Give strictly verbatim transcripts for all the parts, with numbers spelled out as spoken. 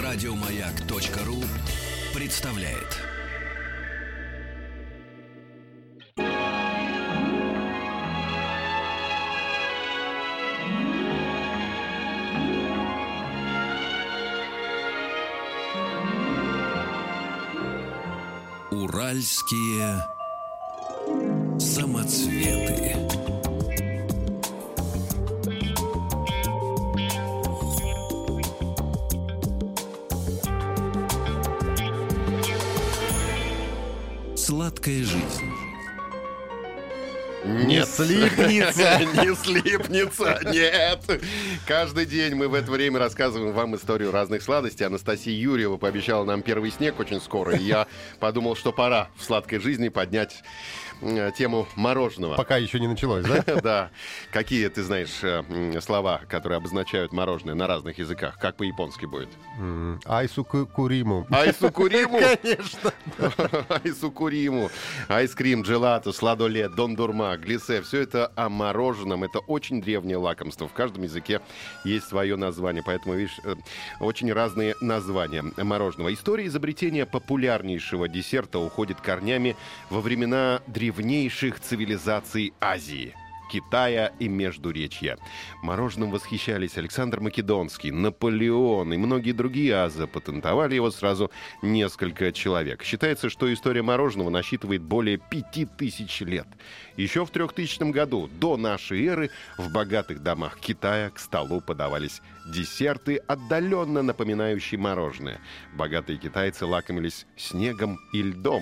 Радиомаяк.ру представляет. Уральские самоцветы. Сладкая жизнь. Не слипнется, не слипнется, нет. Каждый день мы в это время рассказываем вам историю разных сладостей. Анастасия Юрьева пообещала нам первый снег очень скоро. И я подумал, что пора в сладкой жизни поднять тему мороженого. Пока еще не началось, да? Да. Какие ты знаешь слова, которые обозначают мороженое на разных языках? Как по-японски будет? Айсукуриму. Айсукуриму? Конечно. Айсукуриму. Айскрим, джелато, сладолет, дондурма, глиссе. Все это о мороженом. Это очень древнее лакомство. В каждом языке есть свое название. Поэтому, видишь, очень разные названия мороженого. История изобретения популярнейшего десерта уходит корнями во времена древнейших цивилизаций Азии, Китая и Междуречья. Мороженым восхищались Александр Македонский, Наполеон и многие другие, а запатентовали его сразу несколько человек. Считается, что история мороженого насчитывает более пяти тысяч лет. Еще в трехтысячном году до нашей эры в богатых домах Китая к столу подавались десерты, отдаленно напоминающие мороженое. Богатые китайцы лакомились снегом и льдом.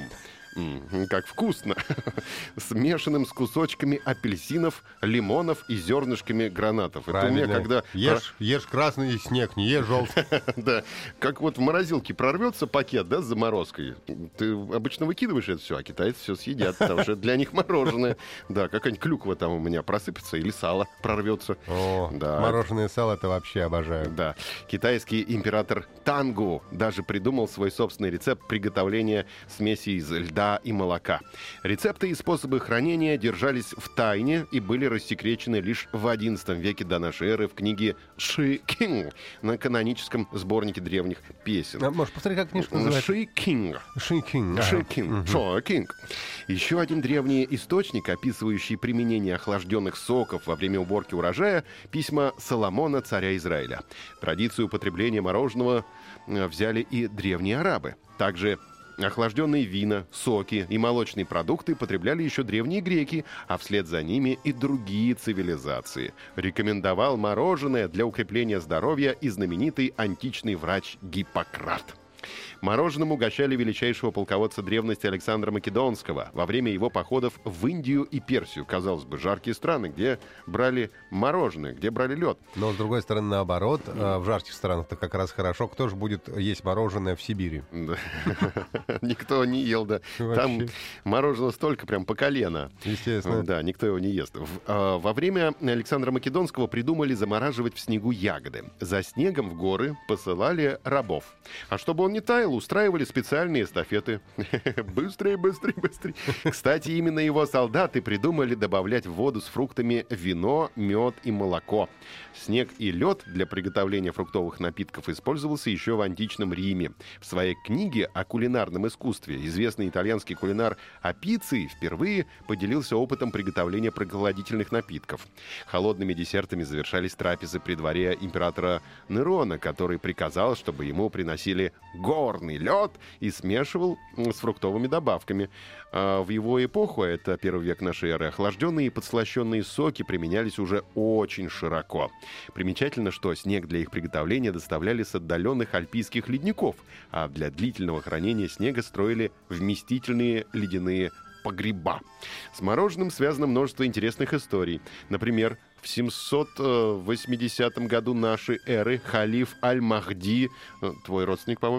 Mm, как вкусно! Смешанным с кусочками апельсинов, лимонов и зернышками гранатов. Правильно. Это у меня когда... Ешь, ешь красный снег, не ешь желтый. Да, как вот в морозилке прорвется пакет, да, с заморозкой. Ты обычно выкидываешь это все, а китайцы все съедят, потому что для них мороженое. Да, какая-нибудь клюква там у меня просыпется или сало прорвется. О, да. Мороженое сало это вообще обожаю. Да. Китайский император Тангу даже придумал свой собственный рецепт приготовления смеси из льда и молока. Рецепты и способы хранения держались в тайне и были рассекречены лишь в одиннадцатом веке до нашей эры в книге Ши Кинг на каноническом сборнике древних песен. А, можешь повторить, как книжка называется? Ши Кинг. Ши Кинг. Ши Кинг. Ши Кинг. Еще один древний источник, описывающий применение охлажденных соков во время уборки урожая, письма Соломона, царя Израиля. Традицию употребления мороженого взяли и древние арабы. Также охлажденные вина, соки и молочные продукты потребляли еще древние греки, а вслед за ними и другие цивилизации. Рекомендовал мороженое для укрепления здоровья и знаменитый античный врач Гиппократ. Мороженым угощали величайшего полководца древности Александра Македонского во время его походов в Индию и Персию. Казалось бы, жаркие страны, где брали мороженое, где брали лед. Но, с другой стороны, наоборот, в жарких странах-то как раз хорошо. Кто же будет есть мороженое в Сибири? Никто не ел, да. Там мороженого столько прям по колено. Естественно. Да, никто его не ест. Во время Александра Македонского придумали замораживать в снегу ягоды. За снегом в горы посылали рабов. А чтобы он не таял, устраивали специальные эстафеты. Быстрее, быстрее, быстрее. Кстати, именно его солдаты придумали добавлять в воду с фруктами вино, мед и молоко. Снег и лед для приготовления фруктовых напитков использовался еще в античном Риме. В своей книге о кулинарном искусстве известный итальянский кулинар Апиций впервые поделился опытом приготовления прохладительных напитков. Холодными десертами завершались трапезы при дворе императора Нерона, который приказал, чтобы ему приносили горный лед и смешивал с фруктовыми добавками. А в его эпоху, это первый век нашей эры, охлажденные и подслащенные соки применялись уже очень широко. Примечательно, что снег для их приготовления доставляли с отдаленных альпийских ледников, а для длительного хранения снега строили вместительные ледяные погреба. С мороженым связано множество интересных историй. Например, в семьсот восьмидесятом году нашей эры халиф Аль-Махди, твой родственник, по-моему,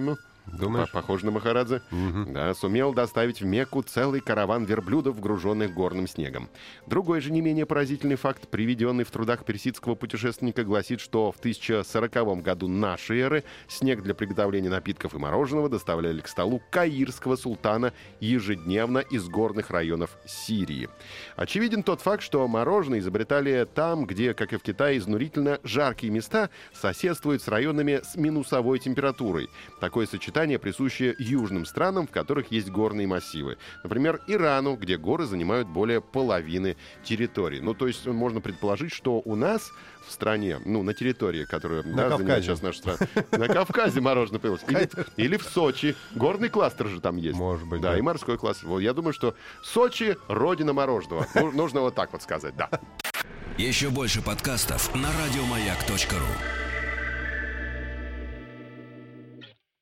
Думаешь? Похоже на Махараджа. Мгм. Да, сумел доставить в Мекку целый караван верблюдов, груженных горным снегом. Другой же не менее поразительный факт, приведенный в трудах персидского путешественника, гласит, что в тысяча сороковом году нашей эры снег для приготовления напитков и мороженого доставляли к столу каирского султана ежедневно из горных районов Сирии. Очевиден тот факт, что мороженое изобретали там, где, как и в Китае, изнурительно жаркие места соседствуют с районами с минусовой температурой. Такое сочетание присуще южным странам, в которых есть горные массивы. Например, Ирану, где горы занимают более половины территории. Ну, то есть можно предположить, что у нас в стране, ну, на территории, которую да, занимает Кавказе. сейчас наша страна, на Кавказе мороженое появилось. Или, или в Сочи. Горный кластер же там есть. Может быть, Да, да. и морской кластер. Вот я думаю, что Сочи — родина мороженого. Ну, нужно вот так вот сказать, да. Еще больше подкастов на радиомаяк точка ру.